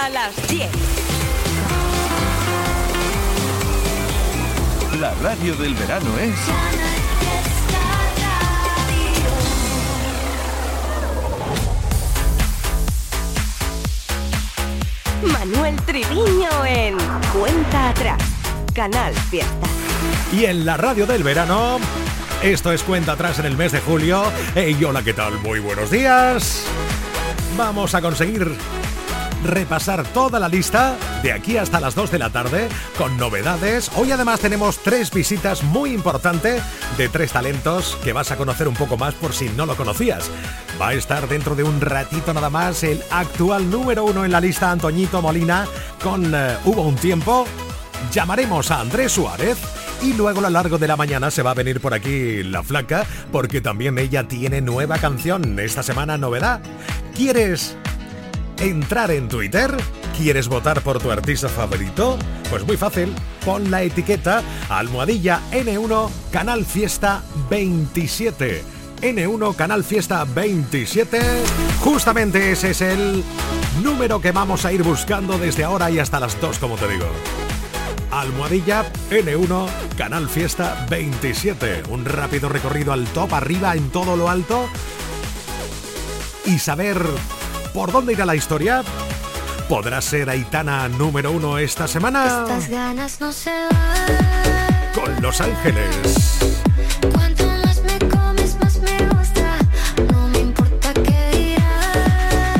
a las 10. La radio del verano es... Manuel Triviño en Cuenta Atrás, Canal Fiesta. Y en la radio del verano, esto es Cuenta Atrás en el mes de julio. Hey, hola, ¿qué tal? Muy buenos días. Vamos a conseguir repasar toda la lista de aquí hasta las 2 de la tarde con novedades. Hoy además tenemos 3 visitas muy importantes de 3 talentos que vas a conocer un poco más por si no lo conocías. Va a estar dentro de un ratito nada más el actual número 1 en la lista, Antoñito Molina, con Hubo un tiempo. Llamaremos a Andrés Suárez y luego a lo largo de la mañana se va a venir por aquí La Flaca, porque también ella tiene nueva canción. Esta semana novedad. ¿Quieres entrar en Twitter? ¿Quieres votar por tu artista favorito? Pues muy fácil, pon la etiqueta almohadilla N1 Canal Fiesta 27. N1 Canal Fiesta 27. Justamente ese es el número que vamos a ir buscando desde ahora y hasta las 2, como te digo. Almohadilla N1 Canal Fiesta 27. Un rápido recorrido al top, arriba en todo lo alto, y saber por dónde irá la historia. ¿Podrá ser Aitana número 1 esta semana? Estas ganas no se van. Con Los Ángeles. Cuanto más me comes, más me gusta. No me importa qué dirán.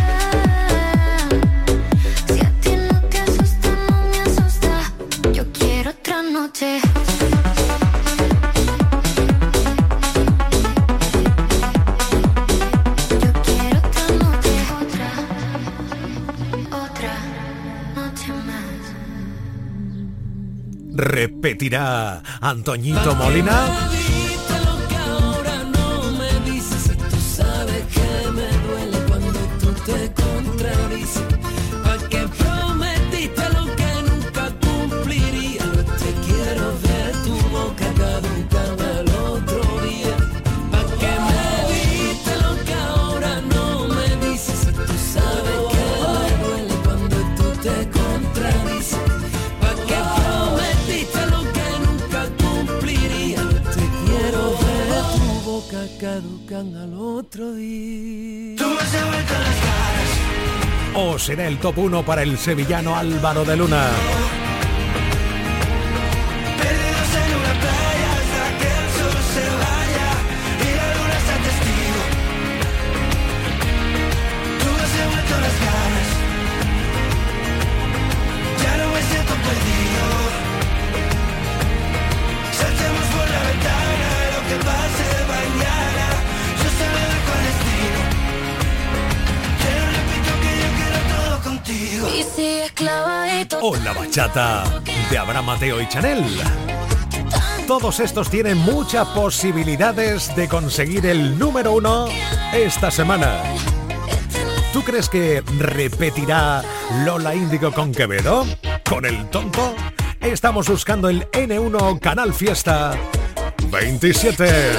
Si a ti no te asusta, no me asusta. Yo quiero otra noche. ¿Repetirá Antoñito Molina? Caducan al otro día. ¿O será el top 1 para el sevillano Álvaro de Luna? Perdidos en una playa hasta que el sol se vaya y la luna sea testigo. Tú has devuelto las ganas, ya no me siento perdido. Saltemos por la ventana, lo que pase mañana, yo se lo dejo al destino. Pero repito que yo quiero todo contigo. Y sigues clavadito. O la bachata de Abraham Mateo y Chanel. Todos estos tienen muchas posibilidades de conseguir el número 1 esta semana. ¿Tú crees que repetirá Lola Índigo con Quevedo? ¿Con el tonto? Estamos buscando el N1 Canal Fiesta 27.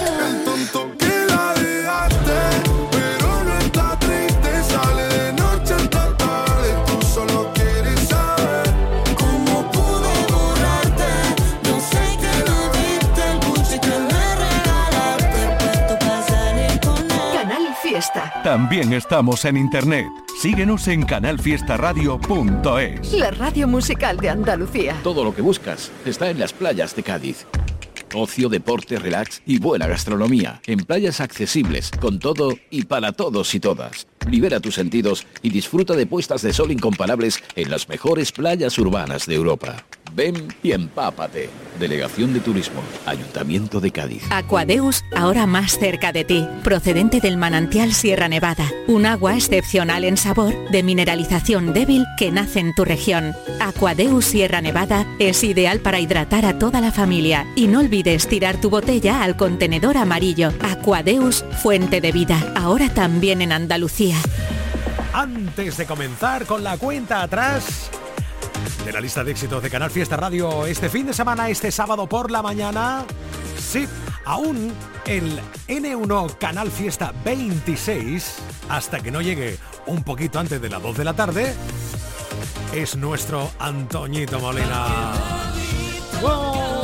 También estamos en internet. Síguenos en canalfiestaradio.es. La radio musical de Andalucía. Todo lo que buscas está en las playas de Cádiz. Ocio, deporte, relax y buena gastronomía. En playas accesibles, con todo y para todos y todas. Libera tus sentidos y disfruta de puestas de sol incomparables en las mejores playas urbanas de Europa. Ven y empápate. Delegación de Turismo, Ayuntamiento de Cádiz. Aquadeus, ahora más cerca de ti, procedente del manantial Sierra Nevada. Un agua excepcional en sabor, de mineralización débil que nace en tu región. Aquadeus Sierra Nevada es ideal para hidratar a toda la familia. Y no olvides tirar tu botella al contenedor amarillo. Aquadeus, fuente de vida, ahora también en Andalucía. Antes de comenzar con la cuenta atrás de la lista de éxitos de Canal Fiesta Radio este fin de semana, este sábado por la mañana, sí, aún el N1 Canal Fiesta 26, hasta que no llegue un poquito antes de las 2 de la tarde, es nuestro Antoñito Molina. ¡Wow!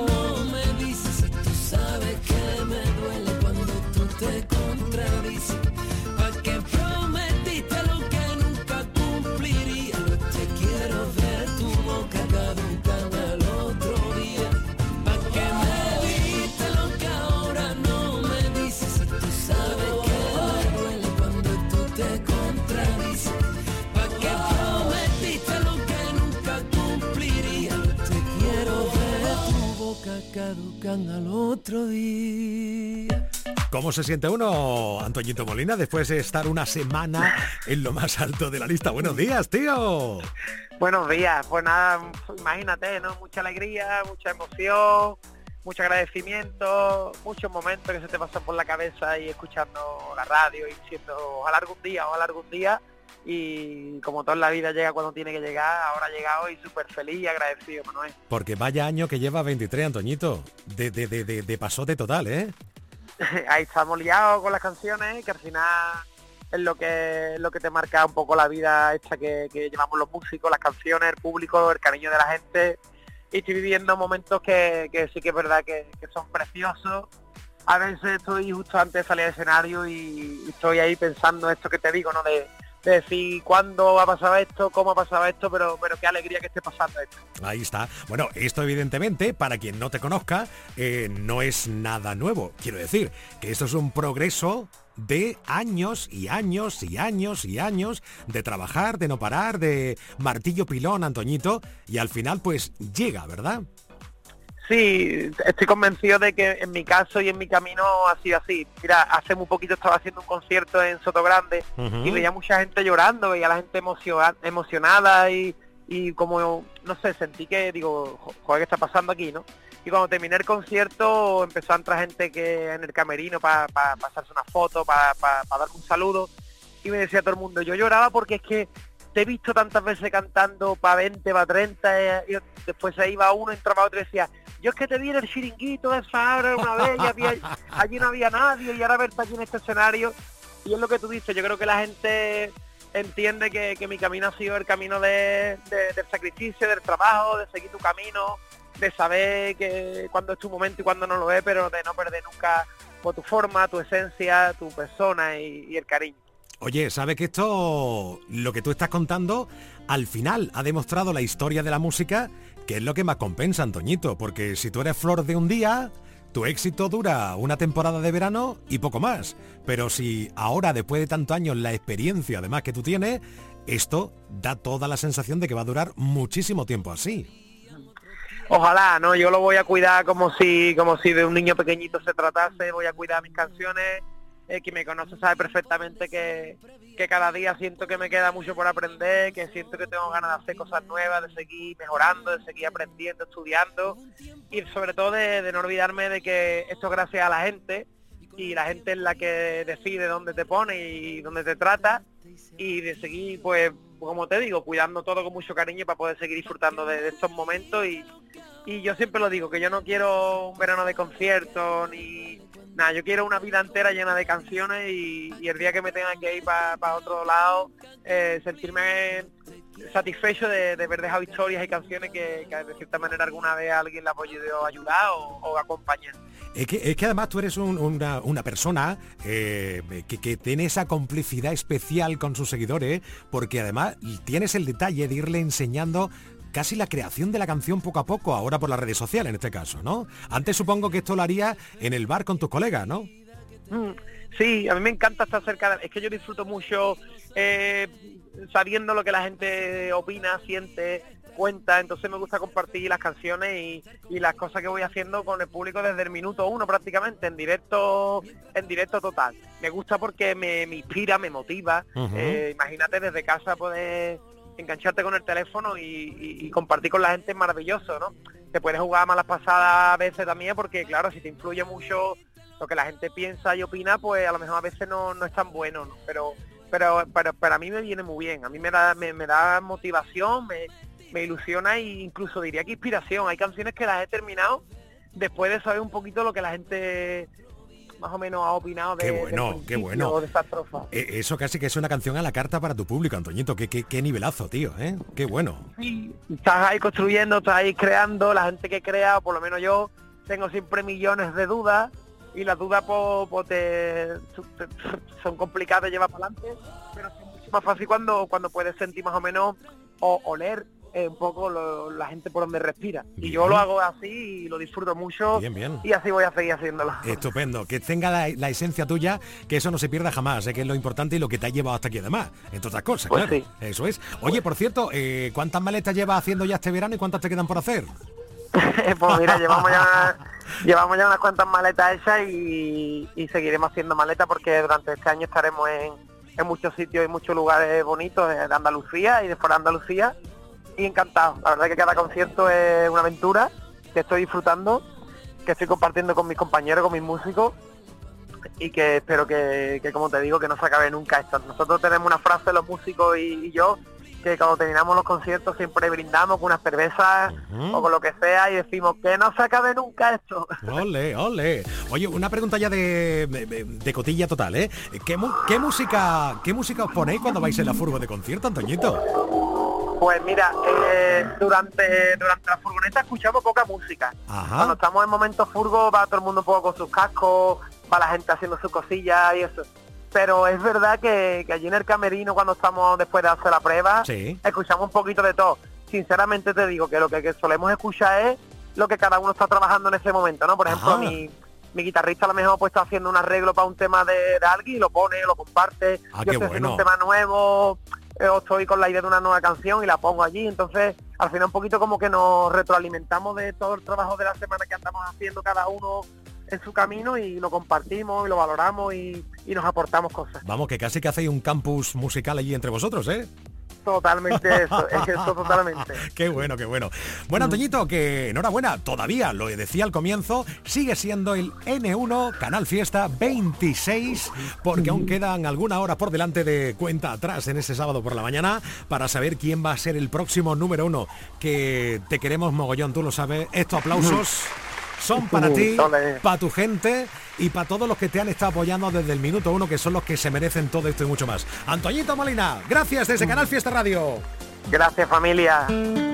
Caducan al otro día. ¿Cómo se siente uno, Antoñito Molina, después de estar una semana en lo más alto de la lista? Buenos días, tío. Buenos días, pues nada, imagínate, ¿no? Mucha alegría, mucha emoción, mucho agradecimiento, muchos momentos que se te pasan por la cabeza y escuchando la radio y diciendo ojalá algún día, y como toda la vida llega cuando tiene que llegar, ahora ha llegado y súper feliz y agradecido, Manuel. Porque vaya año que lleva 23, Antoñito, de pasote total, ¿eh? Ahí estamos liados con las canciones, que al final es lo que te marca un poco la vida esta que llevamos los músicos, las canciones, el público, el cariño de la gente. Y estoy viviendo momentos que sí que es verdad que son preciosos. A veces estoy justo antes de salir al escenario y estoy ahí pensando esto que te digo, ¿no? De decir cuándo ha pasado esto, cómo ha pasado esto, pero qué alegría que esté pasando esto. Ahí está. Bueno, esto evidentemente, para quien no te conozca, no es nada nuevo. Quiero decir que esto es un progreso de años y años y años y años de trabajar, de no parar, de martillo pilón, Antoñito, y al final pues llega, ¿verdad? Sí, estoy convencido de que en mi caso y en mi camino ha sido así. Mira, hace muy poquito estaba haciendo un concierto en Sotogrande y veía mucha gente llorando, veía a la gente emocionada y como, no sé, sentí que, digo, joder, ¿qué está pasando aquí, no? Y cuando terminé el concierto empezó a entrar gente que en el camerino para pasarse una foto, para darme un saludo, y me decía todo el mundo, yo lloraba porque es que te he visto tantas veces cantando para 20, para 30, y después se iba uno, entraba otro y decía, yo es que te vi en el chiringuito de Fabra una vez y allí no había nadie y ahora verte aquí en este escenario. Y es lo que tú dices, yo creo que la gente entiende que mi camino ha sido el camino del sacrificio, del trabajo, de seguir tu camino, de saber que cuándo es tu momento y cuándo no lo es, pero de no perder nunca por tu forma, tu esencia, tu persona y el cariño. Oye, ¿sabes que esto, lo que tú estás contando, al final ha demostrado la historia de la música, que es lo que más compensa, Antoñito? Porque si tú eres flor de un día, tu éxito dura una temporada de verano y poco más. Pero si ahora, después de tantos años, la experiencia además que tú tienes, esto da toda la sensación de que va a durar muchísimo tiempo así. Ojalá, ¿no? Yo lo voy a cuidar como si de un niño pequeñito se tratase, voy a cuidar mis canciones. Quien me conoce sabe perfectamente que cada día siento que me queda mucho por aprender, que siento que tengo ganas de hacer cosas nuevas, de seguir mejorando, de seguir aprendiendo, estudiando, y sobre todo de no olvidarme de que esto es gracias a la gente, y la gente es la que decide dónde te pone y dónde te trata, y de seguir, pues, como te digo, cuidando todo con mucho cariño para poder seguir disfrutando de estos momentos. Y yo siempre lo digo, que yo no quiero un verano de conciertos ni nada, yo quiero una vida entera llena de canciones y el día que me tengan que ir para otro lado, sentirme satisfecho de haber dejado historias y canciones que de cierta manera alguna vez alguien la ha podido ayudar o acompañar. Es que además tú eres una persona que tiene esa complicidad especial con sus seguidores, porque además tienes el detalle de irle enseñando casi la creación de la canción poco a poco, ahora por las redes sociales en este caso, ¿no? Antes supongo que esto lo harías en el bar con tus colegas, ¿no? Sí, a mí me encanta estar cerca, es que yo disfruto mucho sabiendo lo que la gente opina, siente, cuenta, entonces me gusta compartir las canciones y las cosas que voy haciendo con el público desde el minuto uno prácticamente, en directo total. Me gusta porque me inspira, me motiva. Imagínate desde casa poder engancharte con el teléfono y compartir con la gente es maravilloso, ¿no? Te puedes jugar malas pasadas a veces también porque, claro, si te influye mucho lo que la gente piensa y opina, pues a lo mejor a veces no es tan bueno, ¿no? Pero a mí me viene muy bien, a mí me da motivación, me ilusiona e incluso diría que inspiración. Hay canciones que las he terminado después de saber un poquito lo que la gente más o menos ha opinado de... Qué bueno, qué bueno. De esa estrofa. Eso casi que es una canción a la carta para tu público, Antoñito. Qué nivelazo, tío, ¿eh? Qué bueno. Sí, estás ahí construyendo, estás ahí creando, la gente que crea, por lo menos yo, tengo siempre millones de dudas, y las dudas son complicadas de llevar para adelante, pero es mucho más fácil cuando puedes sentir más o menos o oler un poco la gente por donde respira. Bien. Y yo lo hago así y lo disfruto mucho. Bien. Y así voy a seguir haciéndolo. Estupendo, que tenga la esencia tuya, que eso no se pierda jamás, que es lo importante y lo que te ha llevado hasta aquí además, entre otras cosas, Pues claro. sí. Eso es. Oye, por cierto, ¿cuántas maletas llevas haciendo ya este verano y cuántas te quedan por hacer? Pues mira, llevamos ya unas cuantas maletas hechas y seguiremos haciendo maletas porque durante este año estaremos en muchos sitios y muchos lugares bonitos de Andalucía y de fuera de Andalucía, y encantado. La verdad que cada concierto es una aventura que estoy disfrutando, que estoy compartiendo con mis compañeros, con mis músicos, y que espero que como te digo, que no se acabe nunca esto. Nosotros tenemos una frase, los músicos y yo, que cuando terminamos los conciertos siempre brindamos con unas cervezas o con lo que sea y decimos que no se acabe nunca esto. Ole. Oye, una pregunta ya de cotilla total, ¿eh? ¿Qué música os ponéis cuando vais en la furgo de concierto, Antoñito? Pues mira, durante la furgoneta escuchamos poca música. Ajá. Cuando estamos en momentos furgo va todo el mundo un poco con sus cascos, va la gente haciendo sus cosillas y eso. Pero es verdad que allí en el camerino, cuando estamos después de hacer la prueba, sí, escuchamos un poquito de todo. Sinceramente te digo que lo que solemos escuchar es lo que cada uno está trabajando en ese momento, ¿no? Por ejemplo, mi guitarrista a lo mejor pues está haciendo un arreglo para un tema de alguien y lo pone, lo comparte. Yo estoy haciendo un tema nuevo, o estoy con la idea de una nueva canción y la pongo allí. Entonces, al final un poquito como que nos retroalimentamos de todo el trabajo de la semana que andamos haciendo cada uno en su camino, y lo compartimos y lo valoramos y nos aportamos cosas. Vamos, que casi que hacéis un campus musical allí entre vosotros, ¿eh? Totalmente eso, es eso totalmente. Qué bueno. Bueno, Antoñito, que enhorabuena, todavía, lo decía al comienzo, sigue siendo el N1 Canal Fiesta 26, porque aún quedan alguna hora por delante de cuenta atrás en ese sábado por la mañana para saber quién va a ser el próximo número 1, que te queremos mogollón, tú lo sabes. Estos aplausos son para ti, para tu gente y para todos los que te han estado apoyando desde el minuto 1, que son los que se merecen todo esto y mucho más. Antoñito Molina, gracias desde Canal Fiesta Radio. Gracias, familia.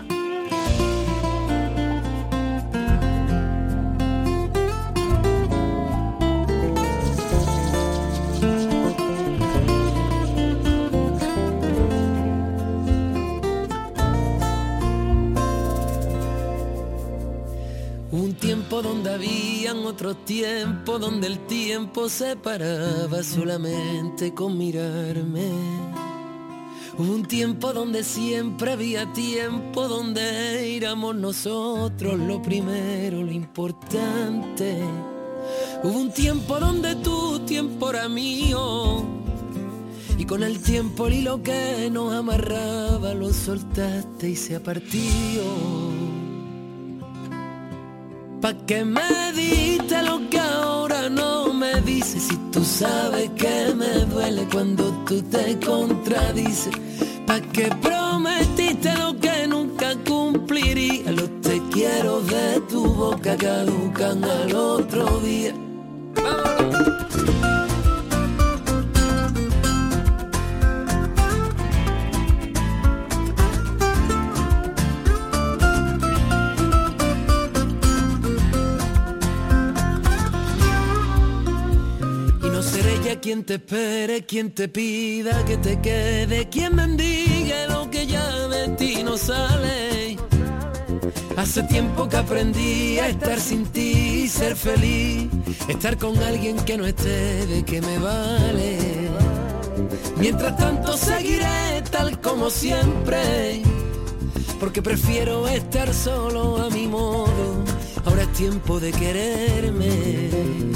Un tiempo donde habían otros tiempos, donde el tiempo se paraba solamente con mirarme. Un tiempo donde siempre había tiempo, donde éramos nosotros lo primero, lo importante. Hubo un tiempo donde tu tiempo era mío, y con el tiempo el hilo que nos amarraba lo soltaste y se ha partido. ¿Pa' qué me diste lo que ahora no me dices? Si tú sabes que me duele cuando tú te contradices. ¿Pa' qué prometiste lo que nunca cumpliría? Los te quiero de tu boca caducan al otro día. ¡Vámonos! Quien te espere, quien te pida que te quede, quien mendigue lo que ya de ti no sale. Hace tiempo que aprendí a estar sin ti y ser feliz, estar con alguien que no esté, de que me vale. Mientras tanto seguiré tal como siempre, porque prefiero estar solo a mi modo. Ahora es tiempo de quererme.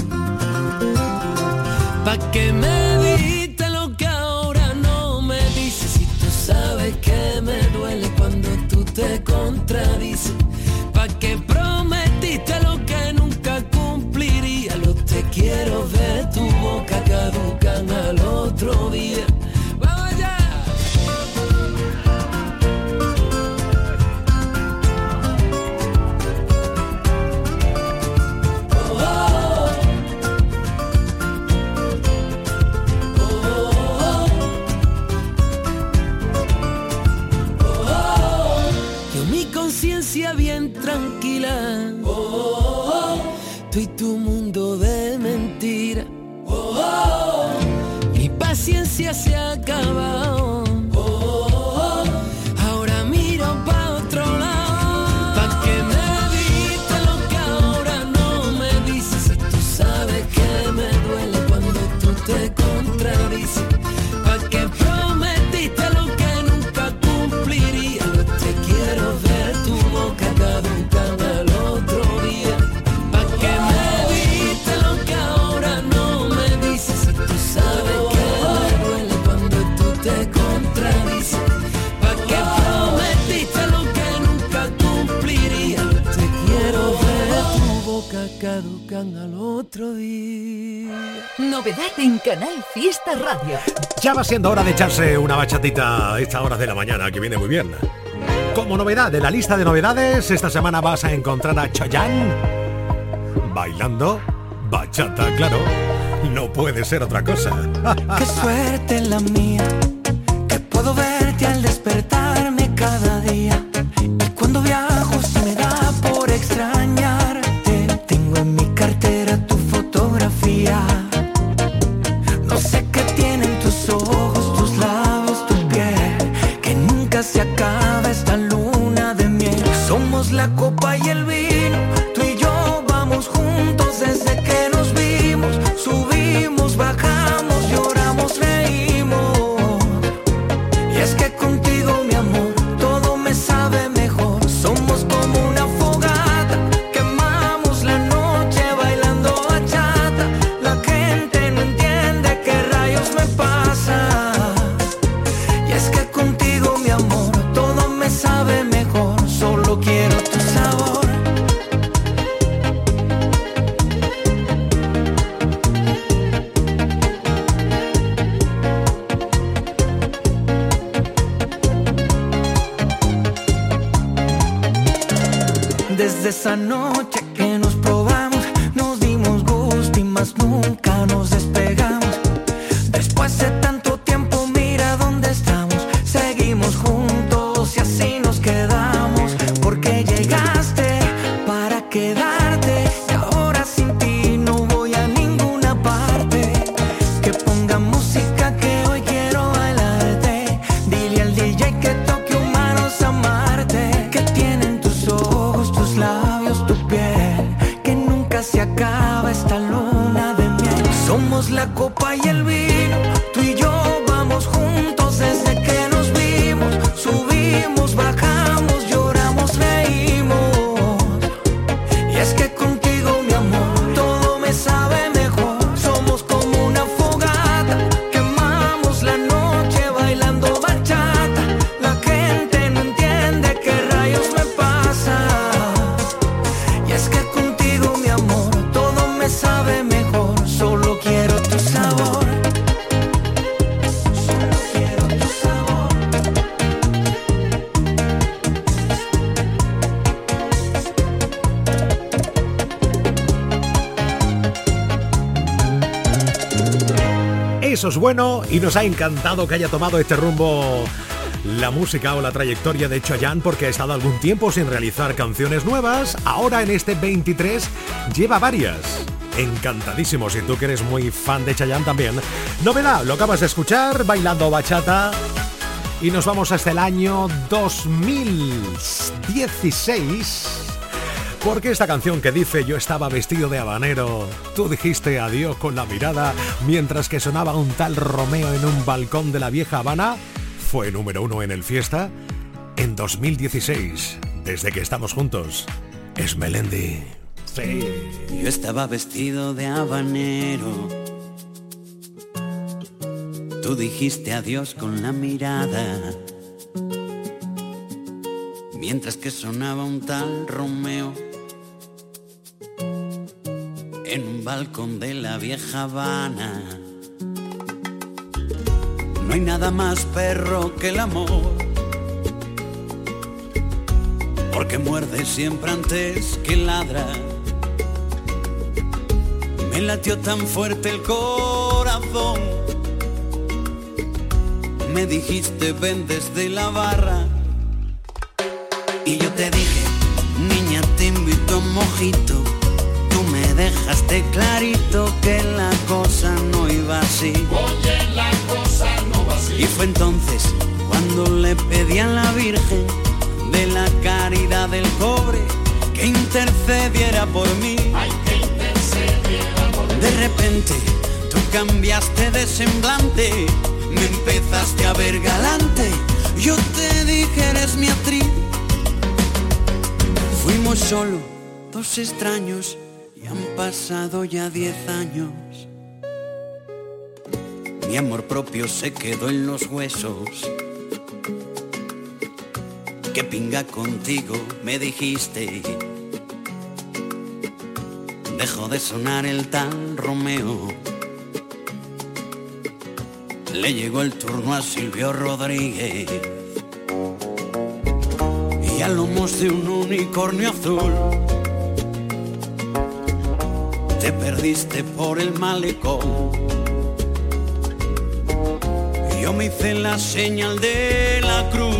¿Pa' qué me diste lo que ahora no me dices? Si tú sabes que me duele cuando tú te contradices. ¿Pa' qué prometiste lo que nunca cumpliría? Los te quiero de tu boca caducan al otro día. ¡Vamos allá! vida bien tranquila. Tú y tu mundo de mentira. Mi paciencia se ha acabado. Ahora miro pa' otro lado. ¿Pa' qué me diste lo que ahora no me dices? Si tú sabes que me duele cuando tú te contradices. ¿Pa' qué prometiste lo que nunca cumpliría? No te quiero ver tu boca caducada al otro día. ¿Pa' qué me diste lo que ahora no me dices? Si tú sabes que me duele cuando tú te contradices. ¿Pa' qué prometiste lo que nunca cumpliría? No te quiero ver tu boca caducada al otro día. Novedad en Canal Fiesta Radio. Ya va siendo hora de echarse una bachatita a estas horas de la mañana, que viene muy bien. Como novedad de la lista de novedades, esta semana vas a encontrar a Chayanne bailando bachata, claro. No puede ser otra cosa. Qué suerte la mía, que puedo verte al despertarme cada día. Y cuando viajo se me da por extrañarte. Tengo en mi cartera tu fotografía. No sé qué tienen tus ojos, tus labios, tu piel, que nunca se acaba esta luna de miel. Somos la copa y el vino, tú y yo vamos juntos desde que nos vimos. Subimos, bajamos, lloramos, reímos. Y es que contigo, mi amor, todo me sabe mejor. Somos como una fogata, quemamos la noche bailando bachata. La gente no entiende qué rayos me pasa. Y es que contigo, mi amor, todo me sabe mejor. Solo quiero tu sabor. Desde esa noche que nos probamos, nos dimos gusto y más nunca nos despegamos. Después de tanto tiempo, mira dónde estamos. Seguimos juntos y así nos quedamos. Porque llegaste para quedarte y ahora sin ti no voy a ninguna parte. Que ponga música que hoy quiero bailarte. Dile al DJ que toque humanos amarte. Que tienen tus ojos, tus labios, tu piel, que nunca se acaba esta luna de miel. Somos la copa y el vino, tú y yo vamos juntos desde que nos vimos. Subimos, bajamos, lloramos, reímos. Y es que contigo, mi amor, todo me sabe mejor. Somos como una fogata, quemamos la noche bailando bachata. La gente no entiende qué rayos me pasa. Y es que contigo, mi amor, todo me sabe mejor. Solo quiero tu sabor. Solo quiero tu sabor. Eso es bueno y nos ha encantado que haya tomado este rumbo la música o la trayectoria de Chayanne, porque ha estado algún tiempo sin realizar canciones nuevas. Ahora en este 23 lleva varias. Encantadísimo, si tú que eres muy fan de Chayanne también. Novedad, lo acabas de escuchar, bailando bachata. Y nos vamos hasta el año 2016. Porque esta canción que dice yo estaba vestido de habanero, tú dijiste adiós con la mirada, mientras que sonaba un tal Romeo en un balcón de la vieja Habana, fue número 1 en el Fiesta en 2016. Desde que estamos juntos, es Melendi. Sí. Yo estaba vestido de habanero, tú dijiste adiós con la mirada, mientras que sonaba un tal Romeo en un balcón de la vieja Habana. No hay nada más perro que el amor, porque muerde siempre antes que ladra. Me latió tan fuerte el corazón, me dijiste ven desde la barra, y yo te dije niña te invito a un mojito. Tú me dejaste clarito que la cosa no iba así. Oye, la cosa no va así. Y fue entonces cuando le pedí a la Virgen de la caridad del cobre que intercediera por mí. Ay, que intercediera por mí. De repente tú cambiaste de semblante, me empezaste a ver galante. Yo te dije eres mi actriz. Fuimos solo dos extraños y han pasado ya 10 años. Mi amor propio se quedó en los huesos. Que pinga contigo, me dijiste. Dejó de sonar el tal Romeo. Le llegó el turno a Silvio Rodríguez. Y a lomos de un unicornio azul te perdiste por el malecón. Yo me hice la señal de la cruz.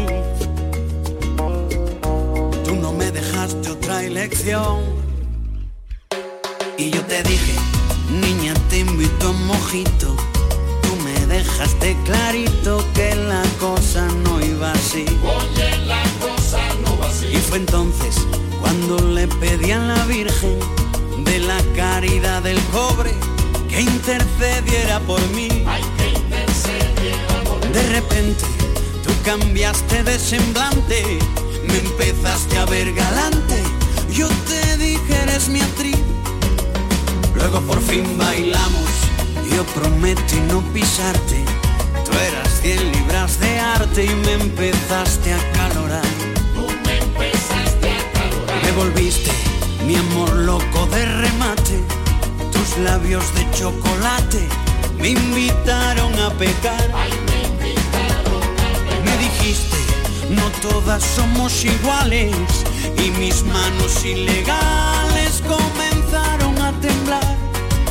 Tú no me dejaste otra elección. Y yo te dije, niña te invito a un mojito. Tú me dejaste clarito que la cosa no iba así. Oye, la cosa no va así. Y fue entonces cuando le pedí a la Virgen de la caridad del cobre que intercediera por mí. Ay, que intercediera por mí. De repente tú cambiaste de semblante, me empezaste a ver galante. Yo te dije eres mi actriz. Luego por fin bailamos. Yo prometí no pisarte. Tú eras 100 libras de arte y me empezaste a calorar. Tú me empezaste a calorar. Me volviste mi amor loco de remate. Tus labios de chocolate me invitaron a pecar. Ay, me invitaron a pecar. Me dijiste, no todas somos iguales. Y mis manos ilegales comenzaron a temblar.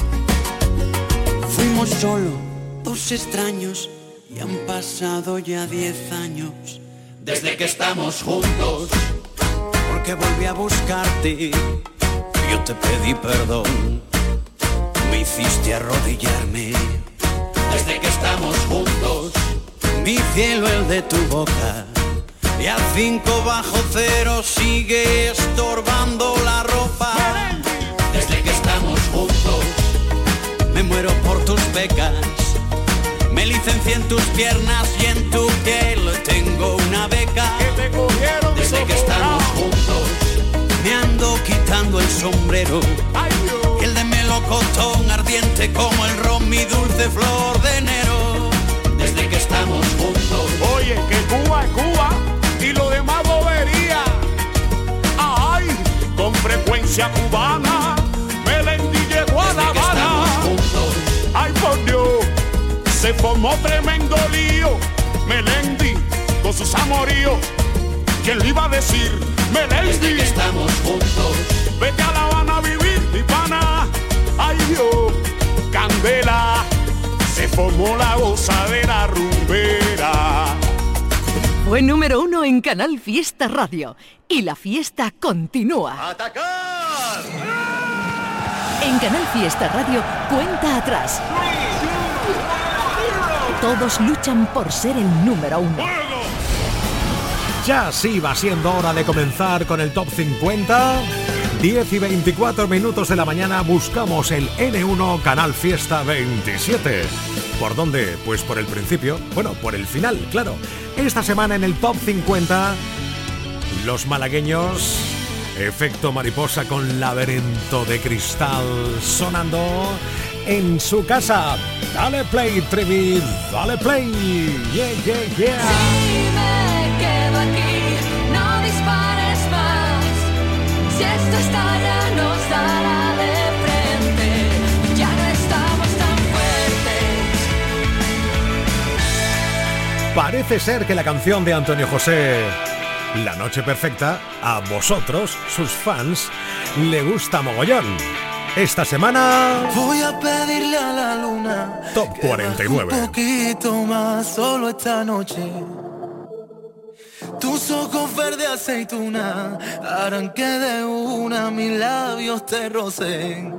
Fuimos solo dos extraños y han pasado ya 10 años desde que estamos juntos. Porque volví a buscarte, yo te pedí perdón, me hiciste arrodillarme. Desde que estamos juntos, mi cielo el de tu boca, y a 5 bajo cero sigue estorbando la ropa. Desde que estamos juntos, me muero por tus becas, me licencié en tus piernas y en tu piel tengo una beca. desde que estamos juntos, me ando quitando el sombrero, y el de melocotón ardiente como el ron, mi dulce flor de enero. Desde que estamos juntos, oye, que Cuba es Cuba y lo demás bobería. Ay, con frecuencia cubana, Melendi llegó a La Habana. Ay, por Dios, se formó tremendo lío. Melendi con sus amoríos. ¿Quién le iba a decir? Melendi. Desde que estamos juntos, vete a La Habana a vivir, mi pana. Ay, Dios, candela. Se formó la gozadera rumbera. Fue número 1 en Canal Fiesta Radio. Y la fiesta continúa. ¡atacar! En Canal Fiesta Radio, cuenta atrás. Todos luchan por ser el número 1. Ya sí va siendo hora de comenzar con el Top 50. 10 y 24 minutos de la mañana buscamos el N1 Canal Fiesta 27. ¿Por dónde? Pues por el principio, bueno, por el final, claro. Esta semana en el Top 50, los malagueños, Efecto Mariposa con Laberinto de Cristal sonando en su casa. Dale play, Trevi, dale play. Yeah, yeah, yeah. Si me quedo aquí, no dispares más. Si esto estalla, nos dará de frente. Ya no estamos tan fuertes. Parece ser que la canción de Antonio José, La Noche Perfecta, a vosotros, sus fans, le gusta mogollón. Esta semana, voy a pedirle a la luna Top 49. un poquito más solo esta noche. Tus ojos verde aceituna harán que de una mis labios te rocen.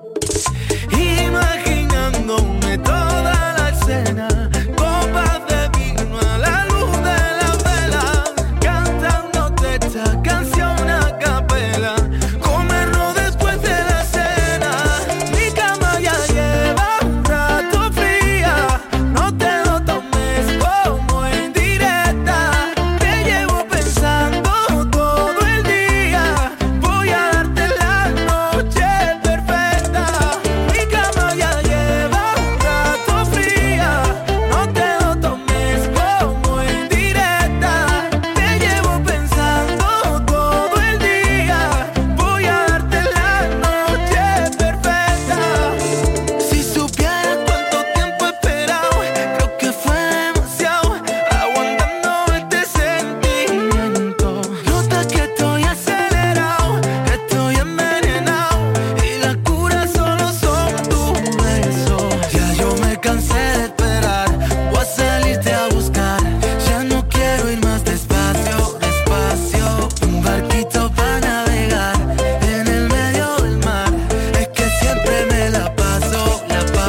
Imaginándome toda la escena, copas de vino a la luz de la vela, cantándote esta canción a capela, comernos después de la cena. Mi cama ya lleva un rato fría, no te lo tomes como indirecta, te llevo pensando todo el día, voy a darte la noche perfecta. Mi cama ya lleva un rato fría, no te lo tomes como indirecta, te llevo pensando todo el día, voy a darte la noche perfecta. Si supieras cuánto tiempo he esperado, creo que fue demasiado, aguantando este sentimiento. Nota que estoy acelerado, que estoy envenenado, y la cura solo son tus besos. Ya yo me cansé de esperar, voy a salirte a buscar. Ya no quiero ir más despacio, despacio. Un barquito para navegar en el medio del mar. Es que siempre me la paso,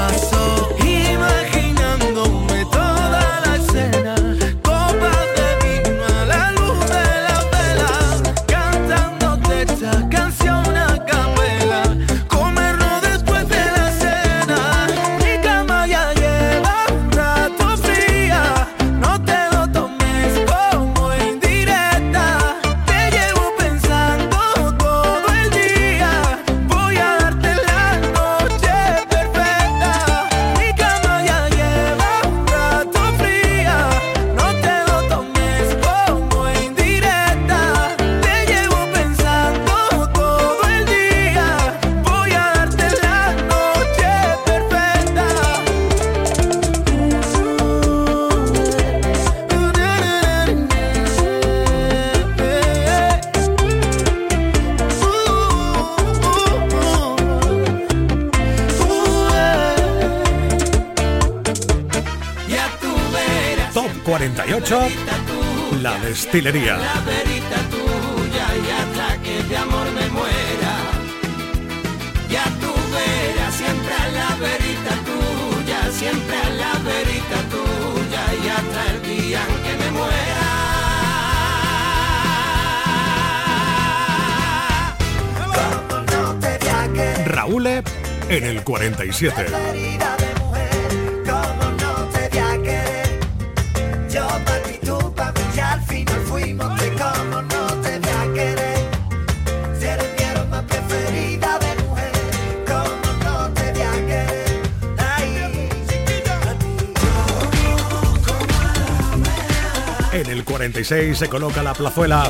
imaginándome toda la escena, copas de vino a la luz de la vela, cantándote esta canción a capela, comernos después de la cena. Mi cama ya lleva un rato fría, no te lo tomes como indirecta, te llevo pensando todo el día, voy a darte la noche perfecta. Mi cama ya lleva un rato fría, no te lo tomes como indirecta, te llevo pensando todo el día, voy a darte la noche perfecta. Ya tú verás. Top 48, La Destilería. La verita tuya y hasta que de amor me muera. Ya tú verás, siempre a la verita tuya, siempre a la verita tuya y hasta el día en que me muera. Como no te voy a querer, Raúl en el 47. herida de mujer, como no te voy a querer. Yo pa' ti, tú pa' mí, y al final fuimos de como no te voy a querer. Si eres mi aroma preferida de mujer, como no te voy a querer. Ay, a ti. En el 46 se coloca La Plazuela.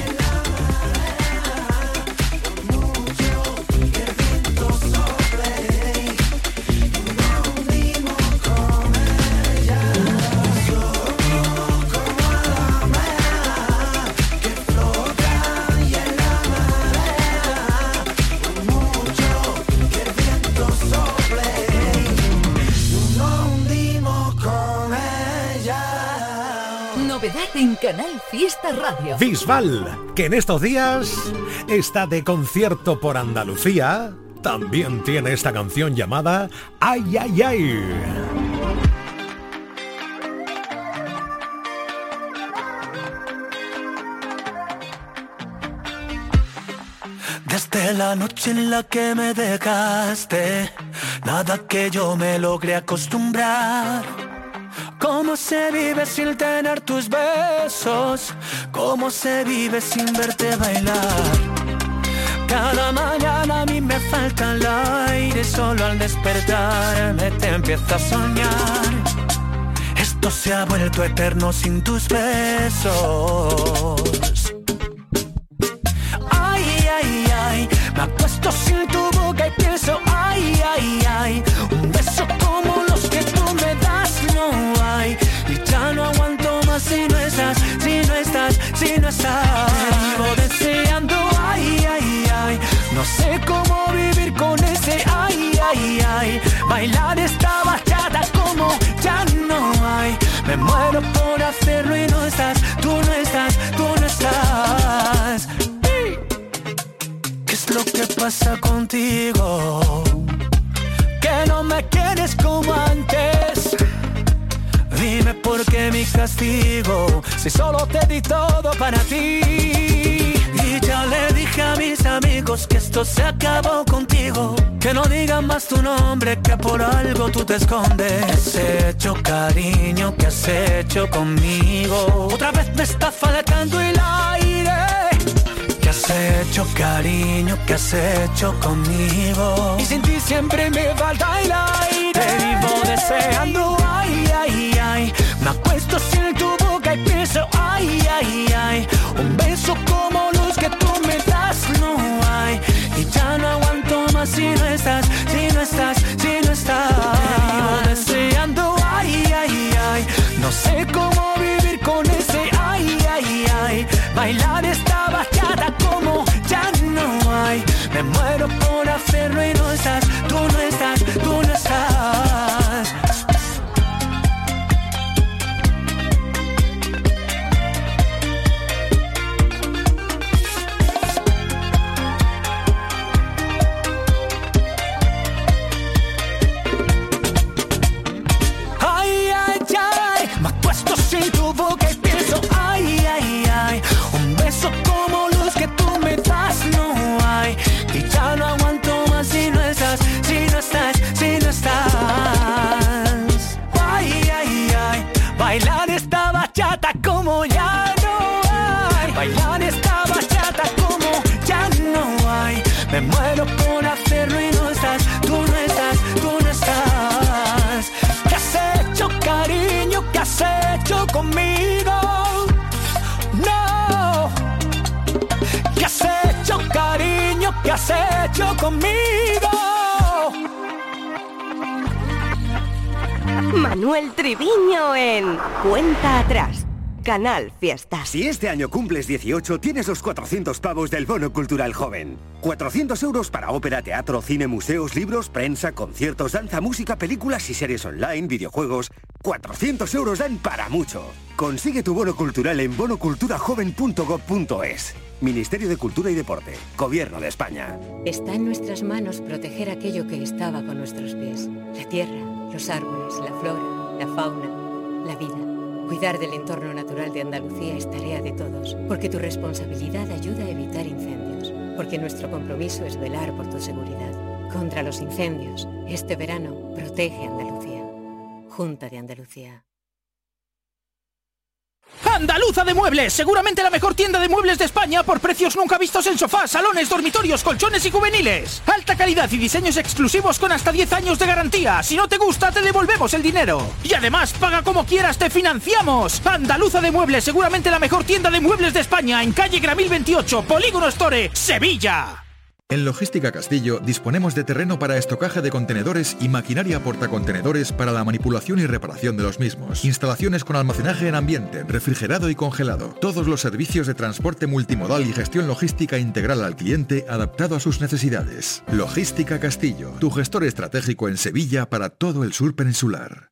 Novedad en Canal Fiesta Radio. Bisbal, que en estos días está de concierto por Andalucía, también tiene esta canción llamada Ay, ay, ay. Desde la noche en la que me dejaste, nada que yo me logré acostumbrar. ¿Cómo se vive sin tener tus besos? ¿Cómo se vive sin verte bailar? Cada mañana a mí me falta el aire, solo al despertarme te empiezo a soñar. Esto se ha vuelto eterno sin tus besos. Ay, ay, ay, me acuesto sin tu boca y pienso, ay, ay, ay, un beso como los que tú me das no hay. Y ya no aguanto más si no estás, si no estás, si no estás. Te vivo deseando, ay, ay, ay, no sé cómo vivir con ese, ay, ay, ay. Bailar esta bachata como ya no hay. Me muero por hacerlo y no estás, tú no estás, tú no estás. pasa contigo? Que no me quieres como antes. Dime por qué mi castigo, si solo te di todo para ti. Y ya le dije a mis amigos que esto se acabó contigo. Que no digan más tu nombre, que por algo tú te escondes. ¿Qué has hecho, cariño? ¿Qué has hecho conmigo? Otra vez me está faltando el aire. ¿Qué has hecho, cariño? ¿Qué has hecho conmigo? Y sin ti siempre me falta el aire. Te vivo deseando, ay, ay, ay. Me acuesto sin tu boca y pienso, ay, ay, ay. Un beso como los que tú me das, no hay. Y ya no aguanto más si no estás, si no estás, si no estás. Te vivo deseando, ay, ay, ay. No sé cómo vivir con ese, ay, ay, ay. Bailar esta bachata como ya no hay. Me muero por hacerlo y no estás, tú no estás, tú no estás. Ay, ay, ay, me acuesto sin tu boca y pienso, ay, ay, ay. Un beso como los que tú me das no hay. Y ya no aguanto más si no estás, si no estás, si no estás. Ay, ay, ay, bailar esta bachata como ya no hay. Bailar esta bachata como ya no hay. Me muero por hacerlo y no estás, tú no estás, tú no estás. ¿Qué has hecho, cariño? ¿Qué has hecho conmigo? No. ¿Qué has hecho, cariño? ¿Qué has hecho conmigo? Manuel Triviño en Cuenta Atrás. Canal Fiesta. Si este año cumples 18, tienes los 400 pavos del Bono Cultural Joven. 400 euros para ópera, teatro, cine, museos, libros, prensa, conciertos, danza, música, películas y series online, videojuegos. 400 euros dan para mucho. Consigue tu bono cultural en bonoculturajoven.gov.es. Ministerio de Cultura y Deporte. Gobierno de España. Está en nuestras manos proteger aquello que estaba con nuestros pies. La tierra, los árboles, la flora, la fauna, la vida. Cuidar del entorno natural de Andalucía es tarea de todos, porque tu responsabilidad ayuda a evitar incendios, porque nuestro compromiso es velar por tu seguridad. Contra los incendios, este verano, protege Andalucía. Junta de Andalucía. Andaluza de Muebles, seguramente la mejor tienda de muebles de España por precios nunca vistos en sofás, salones, dormitorios, colchones y juveniles. Alta calidad y diseños exclusivos con hasta 10 años de garantía. Si no te gusta, te devolvemos el dinero. Y además, paga como quieras, te financiamos. Andaluza de Muebles, seguramente la mejor tienda de muebles de España, en calle Gramil 28, Polígono Store, Sevilla. En Logística Castillo disponemos de terreno para estocaje de contenedores y maquinaria portacontenedores para la manipulación y reparación de los mismos. Instalaciones con almacenaje en ambiente, refrigerado y congelado. Todos los servicios de transporte multimodal y gestión logística integral al cliente adaptado a sus necesidades. Logística Castillo, tu gestor estratégico en Sevilla para todo el sur peninsular.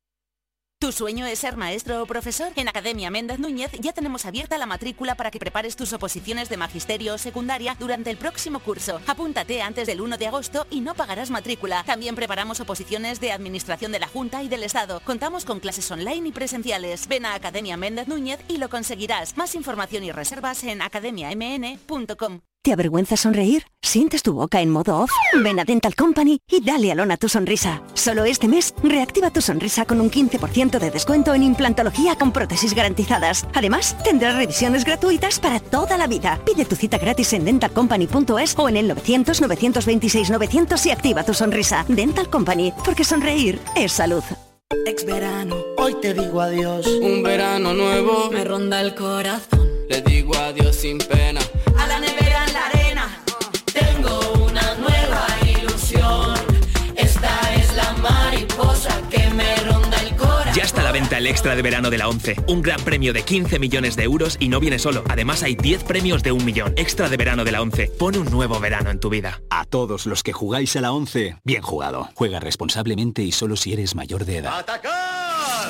¿Tu sueño es ser maestro o profesor? En Academia Méndez Núñez ya tenemos abierta la matrícula para que prepares tus oposiciones de magisterio o secundaria durante el próximo curso. Apúntate antes del 1 de agosto y no pagarás matrícula. También preparamos oposiciones de Administración de la Junta y del Estado. Contamos con clases online y presenciales. Ven a Academia Méndez Núñez y lo conseguirás. Más información y reservas en academiamn.com. ¿Te avergüenza sonreír? ¿Sientes tu boca en modo off? Ven a Dental Company y dale alón a tu sonrisa. Solo este mes, reactiva tu sonrisa con un 15% de descuento en implantología con prótesis garantizadas. Además, tendrás revisiones gratuitas para toda la vida. Pide tu cita gratis en dentalcompany.es o en el 900-926-900 y activa tu sonrisa. Dental Company, porque sonreír es salud. Ex verano, hoy te digo adiós. Un verano nuevo me ronda el corazón. Le digo adiós sin pena. A la nevera en la arena. Tengo una nueva ilusión. Esta es la mariposa que me ronda el corazón. Ya está a la venta el extra de verano de la 11. Un gran premio de 15 millones de euros y no viene solo. Además hay 10 premios de 1 millón. Extra de verano de la 11. Pon un nuevo verano en tu vida. A todos los que jugáis a la 11, bien jugado. Juega responsablemente y solo si eres mayor de edad. ¡Atacar!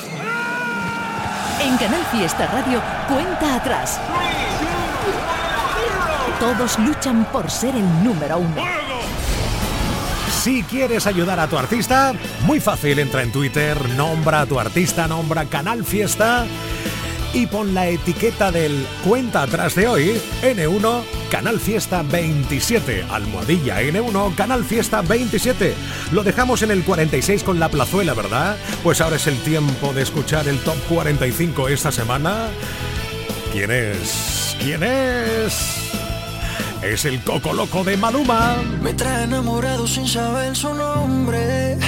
En Canal Fiesta Radio, Cuenta Atrás. Todos luchan por ser el número 1. Si quieres ayudar a tu artista, muy fácil, entra en Twitter, nombra a tu artista, nombra Canal Fiesta y pon la etiqueta del cuenta atrás de hoy, N1 Canal Fiesta 27, almohadilla N1 Canal Fiesta 27. Lo dejamos en el 46 con la plazuela, ¿verdad? Pues ahora es el tiempo de escuchar el Top 45 esta semana. ¿Quién es? ¿Quién es? Es el Coco Loco de Maluma. Me trae enamorado sin saber su nombre.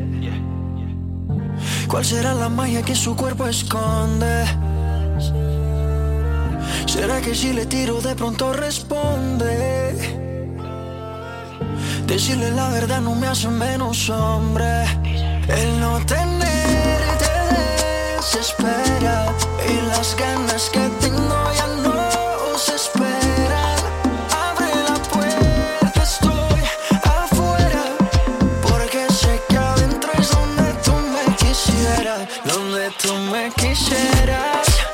¿Cuál será la magia que su cuerpo esconde? ¿Será que si le tiro de pronto responde? Decirle la verdad no me hace menos hombre. El no tenerte desespera y las ganas que tengo ya no se esperan. Abre la puerta, estoy afuera, porque sé que adentro es donde tú me quisieras, donde tú me quisieras.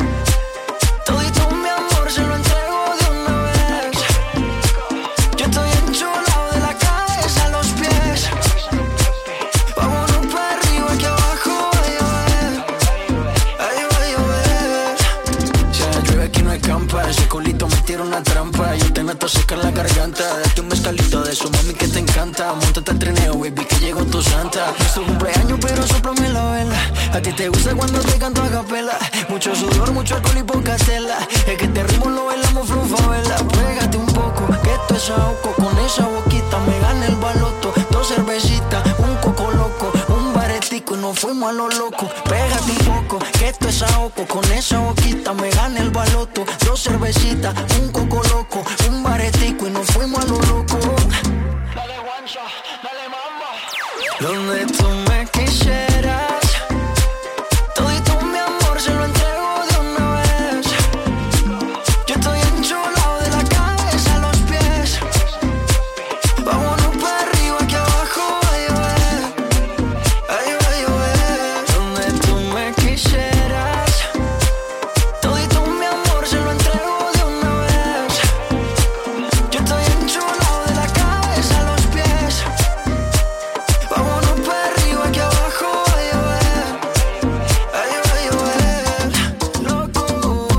Una trampa, yo te meto a secar la garganta. Date un mezcalito de su mami que te encanta. Móntate al trineo, baby, que llegó tu santa. Es tu cumpleaños, pero sóplame la vela. A ti te gusta cuando te canto a capela. Mucho sudor, mucho alcohol y poca tela. Es que este ritmo lo bailamos frufa-vela. Pégate un poco, que esto es ahogo. Con esa boquita me gana el baloto. 2 cervecitas, un coco loco, un baretico y nos fuimos a lo loco. Pégate un poco, que esto es ahogo. Con esa boquita me gana el baloto. 2 cervecitas, un coco loco, un baretico y nos fuimos a lo loco. Dale guancha, dale mamba. Donde tú me quisieras, todito mi amor se lo entrego de una vez. Yo estoy enchulado de la cabeza a los pies. Vámonos para arriba que abajo va a llover. Ahí va a llover. Donde tú me quisieras, todito mi amor se lo entrego de una vez. Yo estoy enchulado de la cabeza a los pies. Vámonos para arriba que abajo va a llover. Ahí va a llover. Loco.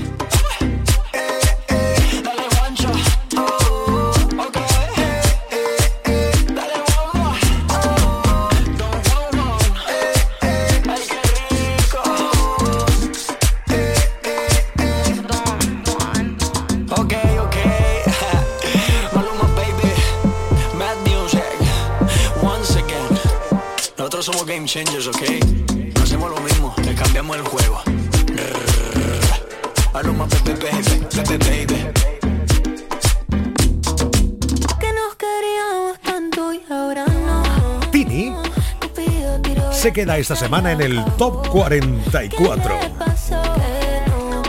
Dale guancha. Ok. Dale bomba. Don Juan. Ay, qué rico. Ok. Maluma, baby. Mad Music. Once again. Nosotros somos game changers, ok. No hacemos lo mismo, le cambiamos el juego. Maluma, baby. Que nos queríamos tanto y ahora no. Tini se queda esta semana en el Top 44. ¿Qué nos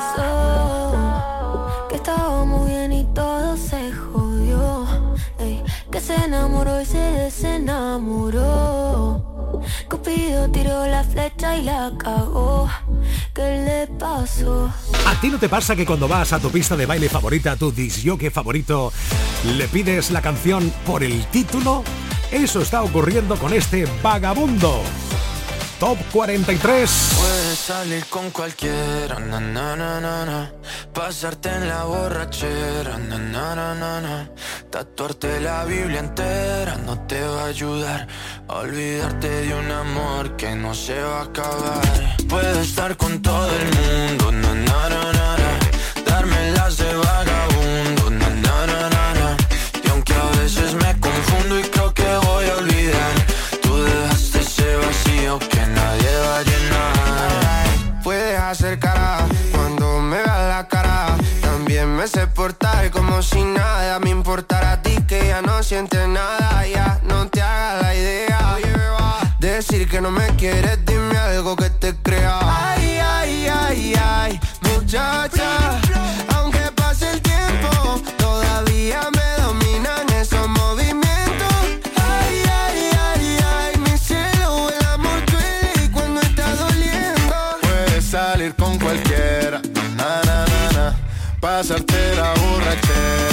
pasó? Que estábamos bien y todo se jodió. Ey, que se enamoró y se desenamoró. Cupido tiró la flecha y la cagó. ¿Qué le pasó? ¿A ti no te pasa que cuando vas a tu pista de baile favorita, tu disjockey favorito, le pides la canción por el título? Eso está ocurriendo con este Vagabundo. Top 43. Puedes salir con cualquiera, na, na, na, na, na. Pasarte en la borrachera, na, na, na, na, na. Tatuarte la Biblia entera no te va a ayudar a olvidarte de un amor que no se va a acabar. Puedes estar con todo el mundo, na, na, na, na, na. Darme las de vagabundo, na, na, na, na, na. Y aunque a veces me confundo y creo que voy a olvidar, tú dejaste ese vacío que nadie va a llenar. Puedes hacer cara cuando me veas la cara. También me sé portar como si nada me importara a ti, que ya no sientes nada. Ya no te hagas la idea. Decir que no me quieres, dime algo que te crea. Ay, ay, ay, ay, muchacha. Aunque pase el tiempo, todavía me dominan esos movimientos. Ay, ay, ay, ay, mi cielo, el amor duele y cuando está doliendo. Puedes salir con cualquiera, na, na, na, na. Pasarte la borrachera.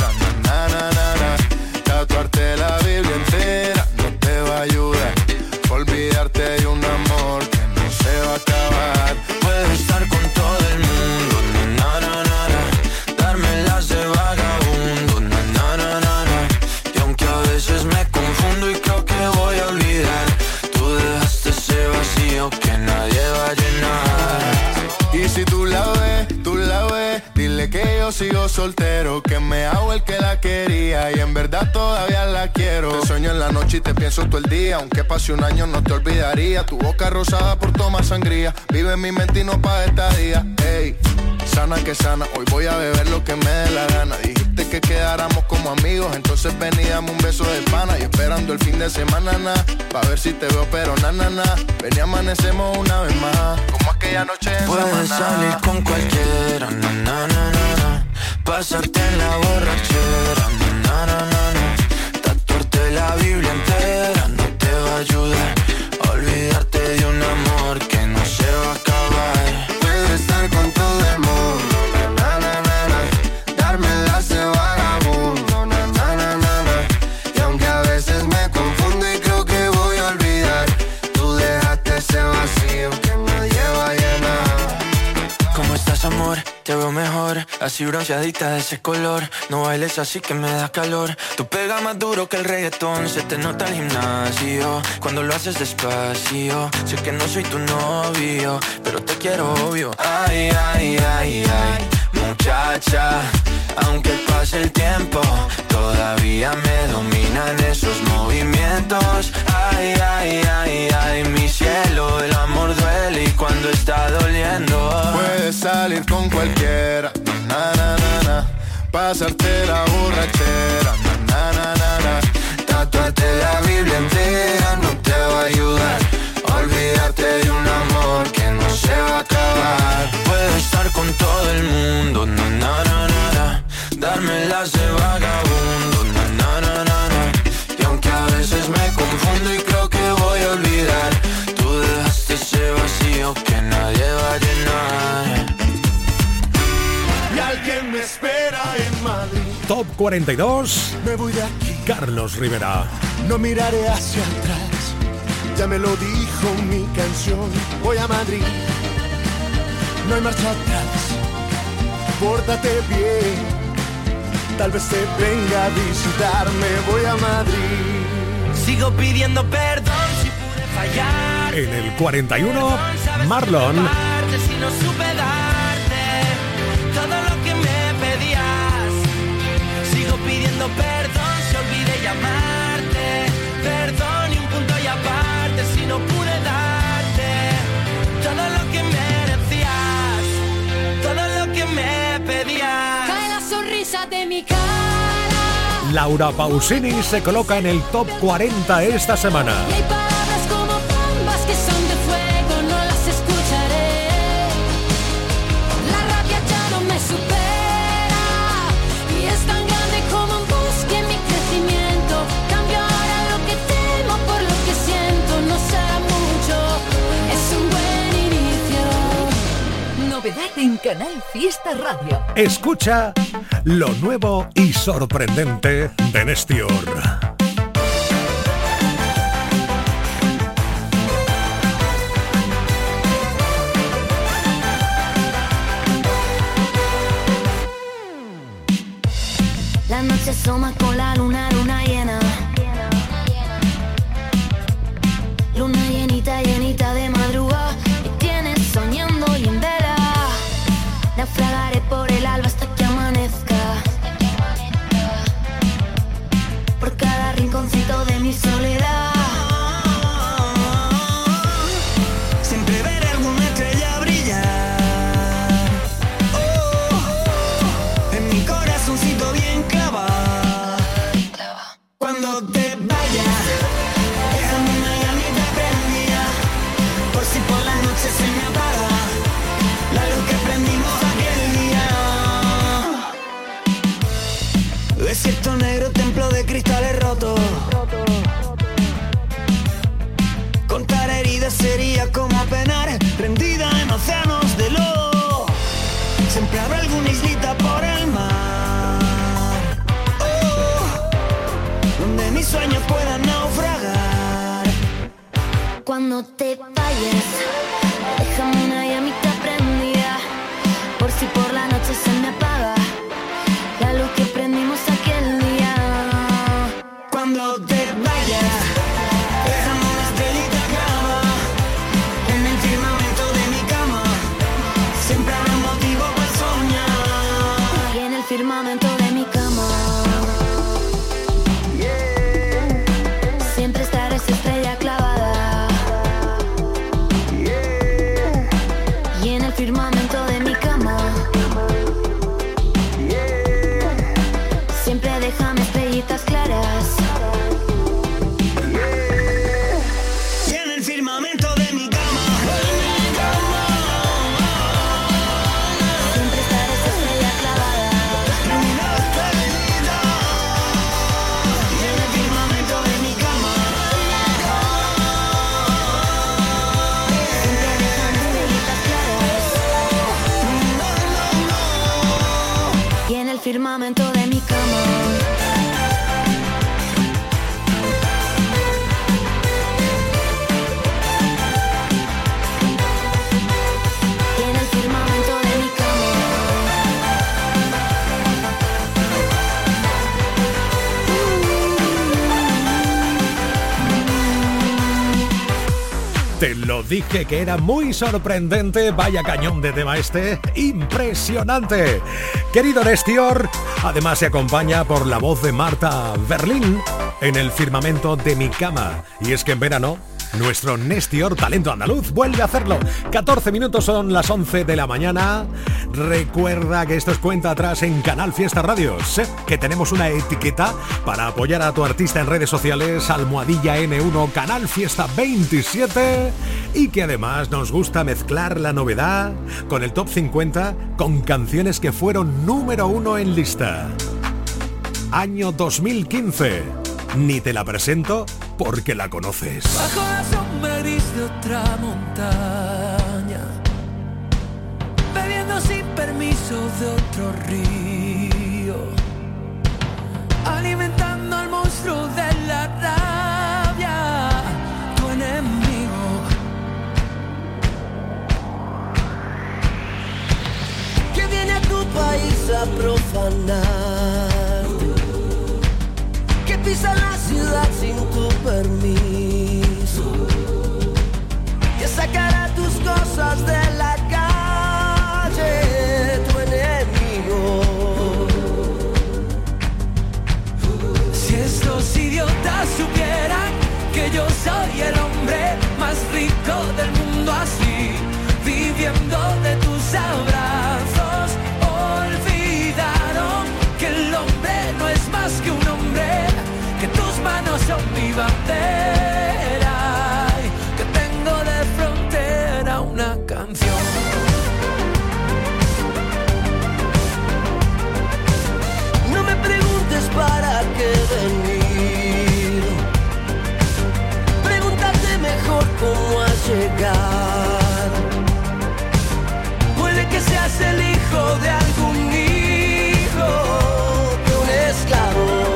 yo sigo soltero, que me hago el que la quería y en verdad todavía la quiero. Te sueño en la noche y te pienso todo el día, aunque pase un año no te olvidaría. Tu boca rosada por tomar sangría, vive en mi mente y no pa' esta día. Ey, sana que sana, hoy voy a beber lo que me dé la gana. Dijiste que quedáramos como amigos, entonces ven y dame un beso de pana. Y esperando el fin de semana, na, pa' ver si te veo, pero na, na, na. Ven y amanecemos una vez más, como aquella noche en Puedes Samaná. salir con cualquiera, na, na, na, na, na. Pasarte en la borrachera, na, na, na, na, na. Tatuarte la Biblia entera no te va a ayudar. Olvidarte de un amor que no se va a acabar. Puedo estar con todo el mundo, na, na, na, na. Dármelas de vagabundo, na, na, na, na, na. Y aunque a veces me confundo y creo que voy a olvidar, tú dejaste ese vacío que nadie va a llenar. ¿Cómo estás, amor? Te veo mejor, así bronceadita de ese color. No bailes así que me da calor. Tú pegas más duro que el reggaetón. Se te nota el gimnasio cuando lo haces despacio. Sé que no soy tu novio, pero te quiero obvio. Ay, ay, ay, ay, muchacha, aunque pase el tiempo, todavía me dominan esos movimientos. Ay, ay, ay, ay, mi cielo, el amor duele y cuando está doliendo. Puedes salir con cualquiera, na, na, na, na. Pasarte la borrachera, na, na, na, na. Tatuarte la Biblia entera no te va a ayudar. Olvidarte de un amor que no se va a acabar. Puedo estar con todo el mundo, na, na, na, na, na. Dármelas de vagabundo, na, na, na, na, na. Y aunque a veces me confundo y creo que voy a olvidar, tú dejaste ese vacío que nadie va a llenar. Y alguien me espera en Madrid. Top 42. Me voy de aquí. Carlos Rivera. No miraré hacia atrás, ya me lo dijo mi canción. Voy a Madrid, no hay marcha atrás. Pórtate bien, tal vez te venga a visitarme. Voy a Madrid. Sigo pidiendo perdón si pude fallar. En el 41, Marlon. Si no supe darte todo lo que me pedías. Sigo pidiendo perdón si olvidé llamarte. Perdón y un punto y aparte si no pude darte todo lo que merecías, todo lo que me pedías. Cae la sonrisa de mi cara. Laura Pausini se coloca en el top 40 esta semana. Y hay palabras como bombas que son de fuego, no las escucharé. La rabia ya no me supera y es tan grande como un bosque en mi crecimiento. Cambio ahora lo que temo por lo que siento. No será mucho, es un buen inicio. Novedad en Canal Fiesta Radio. Escucha lo nuevo y sorprendente de Nestior. La noche asoma con la luna llena. Luna llenita, llenita de madrugada. Me tienes soñando y en vela. Naufragaré por el alba hasta que amanezca. Por cada rinconcito de mi soledad. Siempre veré alguna estrella brillar. En mi corazoncito bien clavado. Cuando te vayas, déjame una llamita prendida. Por si por la noche se me apaga la luz que prendimos aquel día. Desierto negro, templo de cristales rotos. Contar heridas sería como penar, rendida en océanos de lodo. Siempre habrá alguna islita por el mar, donde mis sueños puedan naufragar. Cuando te vayas, déjame una llamita prendida. Por si por la noche se me apaga la luz que prendimos aquel día. Cuando te vayas, déjame una estrellita clava en el firmamento de mi cama. Siempre habrá un motivo para soñar. firmamento de mi cama. Te lo dije que era muy sorprendente, vaya cañón de tema este, impresionante. Querido Nestior, además se acompaña por la voz de Marta Berlín en el firmamento de mi cama. Y es que en verano, nuestro Nestior talento andaluz vuelve a hacerlo. 14 minutos, son las 11 de la mañana. Recuerda que esto es cuenta atrás en Canal Fiesta Radio. Sé que tenemos una etiqueta para apoyar a tu artista en redes sociales, almohadilla N1 Canal Fiesta 27, y que además nos gusta mezclar la novedad con el top 50 con canciones que fueron número 1 en lista. Año 2015. Ni te la presento porque la conoces. Bajo la sombra gris de otra montaña, bebiendo sin permiso de otro río, alimentando al monstruo de la rabia, tu enemigo, que viene a tu país a profanar, que pisa la ciudad sin tu permiso, que sacará tus cosas de la calle, tu enemigo. Si estos idiotas supieran que yo soy el hombre más rico del mundo, así, viviendo de tus abrazos, olvidaron que el hombre no es más que un hombre, que tus manos son mi bandera, que tengo de frontera una canción. No me preguntes para qué venir, pregúntate mejor cómo has llegado. Puede que seas el hijo de algún hijo de un esclavo.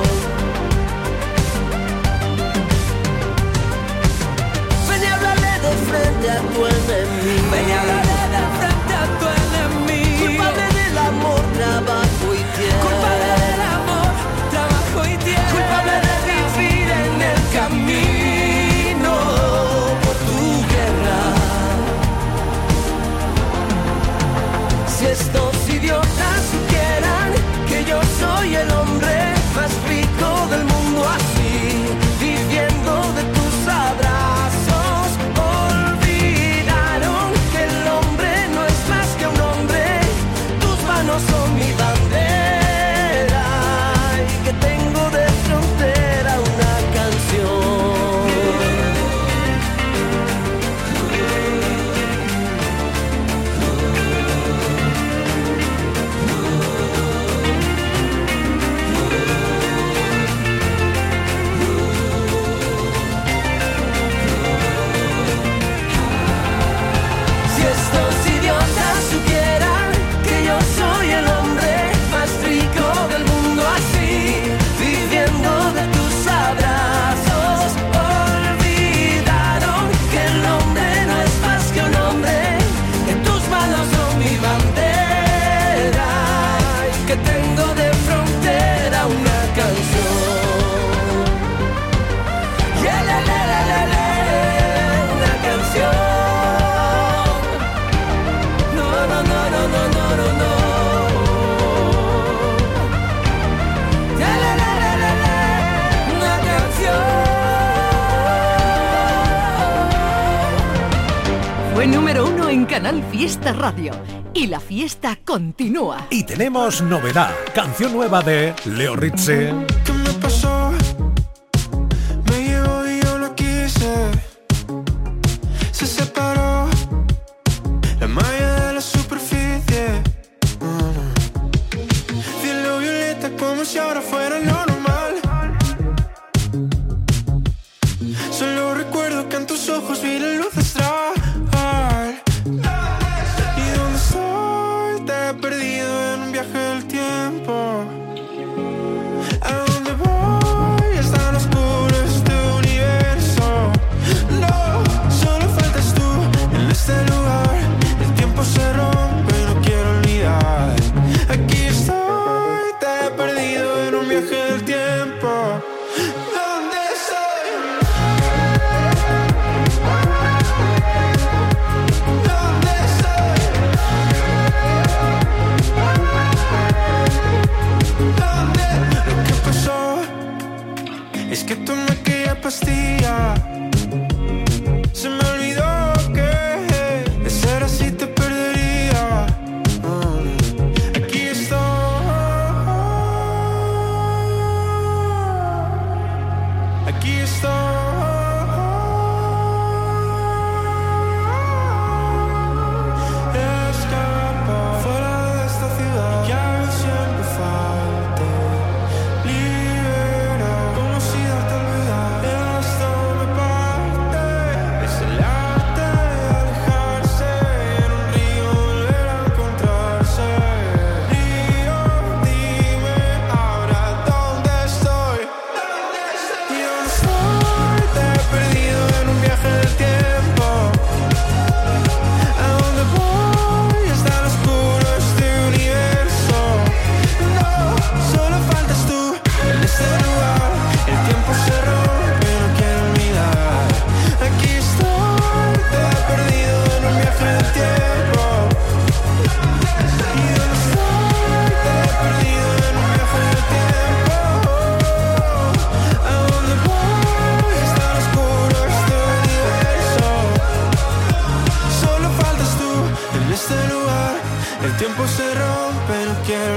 Frente a tu enemigo, ven y hablaré de frente a tu enemigo. Culpable del amor, trabajo y tiempo. Culpable del amor, trabajo y tiempo. Culpable de vivir en el camino por tu guerra. Si estos idiotas supieran que yo soy el hombre más rico del mundo, así, viviendo de tus abrazos, son mi bandera, y que tengo de frontera una canción. Si estos idiotas supieran que yo soy el hombre más rico del mundo, así, viviendo de tus abrazos, olvidaron que el hombre no es más que un hombre, que tus manos son mi bandera, y que tengo de frontera una canción. Yeah, la, la, la, la, la, una canción. No, no, no, no, no, no, no, no. Fue número 1 en Canal Fiesta Radio. Y la fiesta continúa. Y tenemos novedad, canción nueva de Leo Ritze. ¿Qué me pasó? Me llevó y yo lo quise. Se separó la malla de la superficie. Cielo violeta como si ahora fuera lo normal. Solo recuerdo que en tus ojos vi la luz astral. ¿Y dónde estoy? Te he perdido en un viaje del tiempo.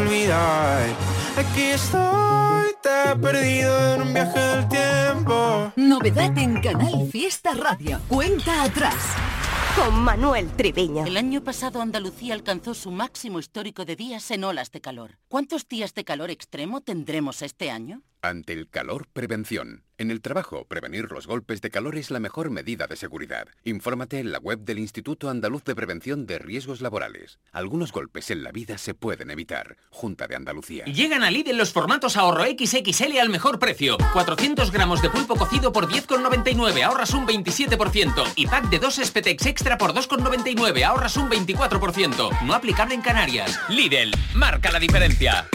olvidar. Aquí estoy, te he perdido en un viaje del tiempo. Novedad en Canal Fiesta Radio. Cuenta atrás. Con Manuel Triviño. El año pasado Andalucía alcanzó su máximo histórico de días en olas de calor. ¿Cuántos días de calor extremo tendremos este año? Ante el calor, prevención. En el trabajo, prevenir los golpes de calor es la mejor medida de seguridad. Infórmate en la web del Instituto Andaluz de Prevención de Riesgos Laborales. Algunos golpes en la vida se pueden evitar. Junta de Andalucía. Llegan a Lidl los formatos ahorro XXL al mejor precio. 400 gramos de pulpo cocido por 10,99, ahorras un 27%. Y pack de 2 Espetex extra por 2,99, ahorras un 24%. No aplicable en Canarias. Lidl, marca la diferencia.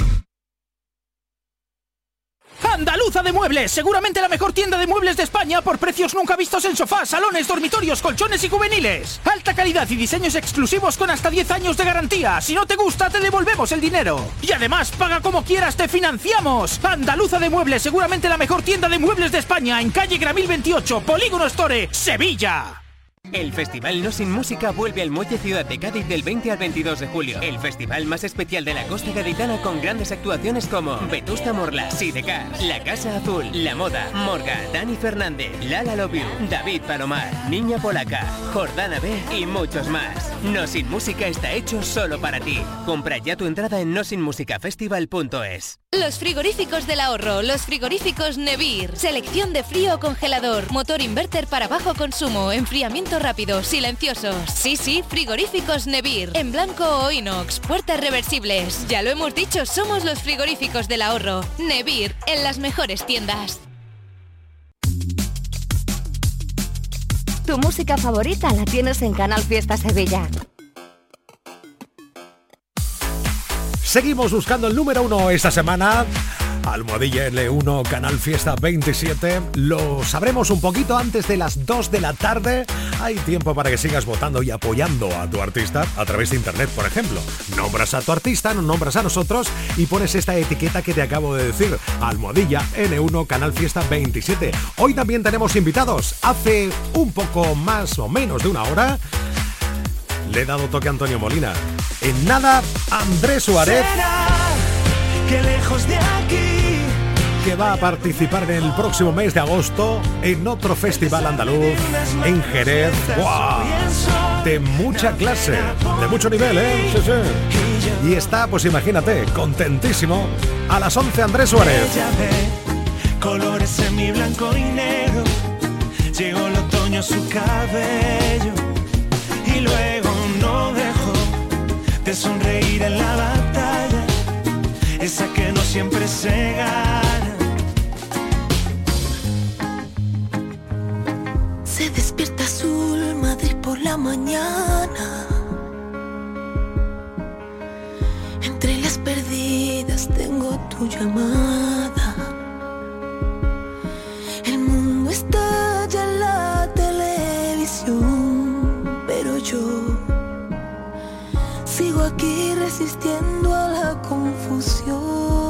Andaluza de Muebles, seguramente la mejor tienda de muebles de España por precios nunca vistos en sofás, salones, dormitorios, colchones y juveniles. Alta calidad y diseños exclusivos con hasta 10 años de garantía. Si no te gusta, te devolvemos el dinero. Y además, paga como quieras, te financiamos. Andaluza de Muebles, seguramente la mejor tienda de muebles de España, en calle Gramil 28, Polígono Store, Sevilla. El Festival No Sin Música vuelve al Muelle Ciudad de Cádiz del 20 al 22 de julio. El festival más especial de la costa gaditana con grandes actuaciones como Vetusta Morla, Sidecar, La Casa Azul, La Moda, Morga, Dani Fernández, Lala Love You, David Palomar, Niña Polaca, Jordana B y muchos más. No Sin Música está hecho solo para ti. Compra ya tu entrada en nosinmusicafestival.es. Los frigoríficos del ahorro, los frigoríficos Nevir. Selección de frío o congelador, motor inverter para bajo consumo, enfriamiento rápido, silenciosos. Sí, frigoríficos Nevir. En blanco o inox, puertas reversibles. Ya lo hemos dicho, somos los frigoríficos del ahorro. Nevir, en las mejores tiendas. Tu música favorita la tienes en Canal Fiesta Sevilla. Seguimos buscando el número 1 esta semana. Almohadilla L1, Canal Fiesta 27. Lo sabremos un poquito antes de las 2 de la tarde. Hay tiempo para que sigas votando y apoyando a tu artista a través de internet, por ejemplo. Nombras a tu artista, nos nombras a nosotros y pones esta etiqueta que te acabo de decir. Almohadilla N1, Canal Fiesta 27. Hoy también tenemos invitados. Hace un poco más o menos de una hora le he dado toque a Antonio Molina. En nada, Andrés Suárez, que lejos de aquí, que va a participar en el próximo mes de agosto en otro festival andaluz en Jerez. ¡Wow! De mucha clase, de mucho nivel, ¿eh? Sí, sí. Y está, pues imagínate, contentísimo. A las 11, Andrés Suárez. ella ve colores en mi blanco y negro. Llegó el otoño a su cabello y luego no dejó de sonreír en la batalla, esa que no siempre se gana. Se despierta azul Madrid por la mañana. Entre las perdidas tengo tu llamada. El mundo estalla en la televisión, pero yo sigo aquí resistiendo a la confusión.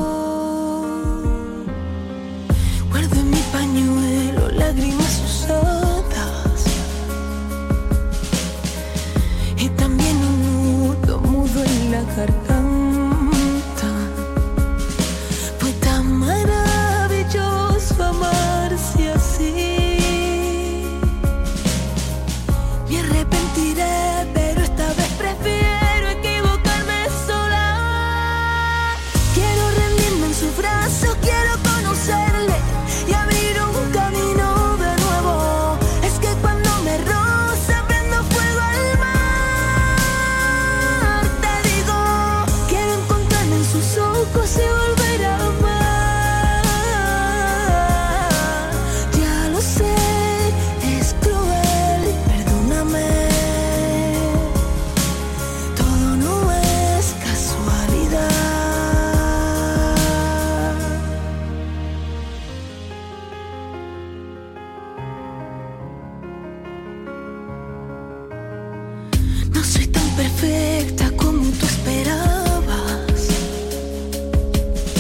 Guardo en mi pañuelo lágrimas usadas y también un nudo mudo en la garganta. Fue tan maravilloso amarse así. Me arrepentiré, pero esta vez prefiero equivocarme sola. Quiero rendirme en sus brazos, quiero conocerle y abrir un camino de nuevo. Es que cuando me roza prendo fuego al mar. Te digo, quiero encontrarme en sus ojos y volver a amar. Ya lo sé, es cruel, perdóname. Todo no es casualidad. No soy tan perfecta como tú esperabas.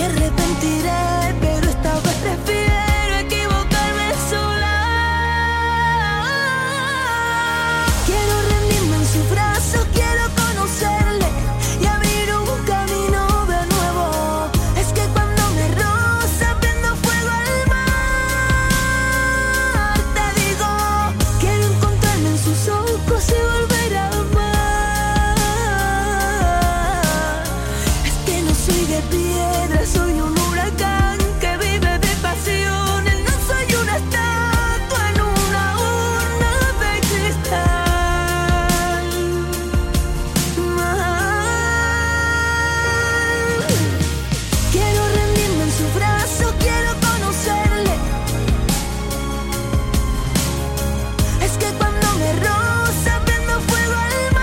me arrepentiré, pero esta vez prefiero equivocarme sola. Quiero rendirme en sus brazos, quiero conocerle y abrir un camino de nuevo. Es que cuando me roza prendo fuego al mar. Te digo, quiero encontrarme en sus ojos y volver a amar. Es que no soy de piedra, soy un huracán que vive de pasiones. No soy una estatua en una urna de cristal. Quiero rendirme en sus brazos, quiero conocerle. Es que cuando me roza prendo fuego al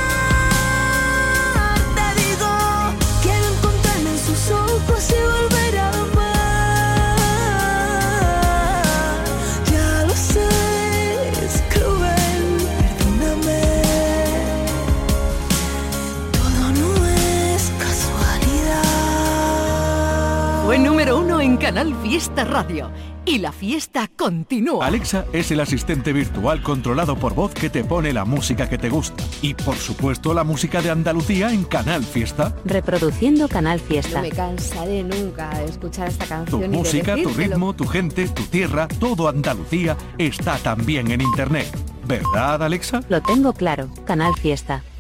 mar. Te digo, quiero encontrarme en sus ojos y volver a amar. Ya lo sé, es cruel, perdóname. Todo no es casualidad. Fue número 1 en Canal Fiesta Radio. Y la fiesta continúa. Alexa es el asistente virtual controlado por voz que te pone la música que te gusta. Y por supuesto la música de Andalucía en Canal Fiesta. Reproduciendo Canal Fiesta. No me cansaré nunca de escuchar esta Tu canción y de música, tu decírselo. ritmo, tu gente, tu tierra, todo Andalucía está también en Internet. ¿Verdad, Alexa? Lo tengo claro, Canal Fiesta.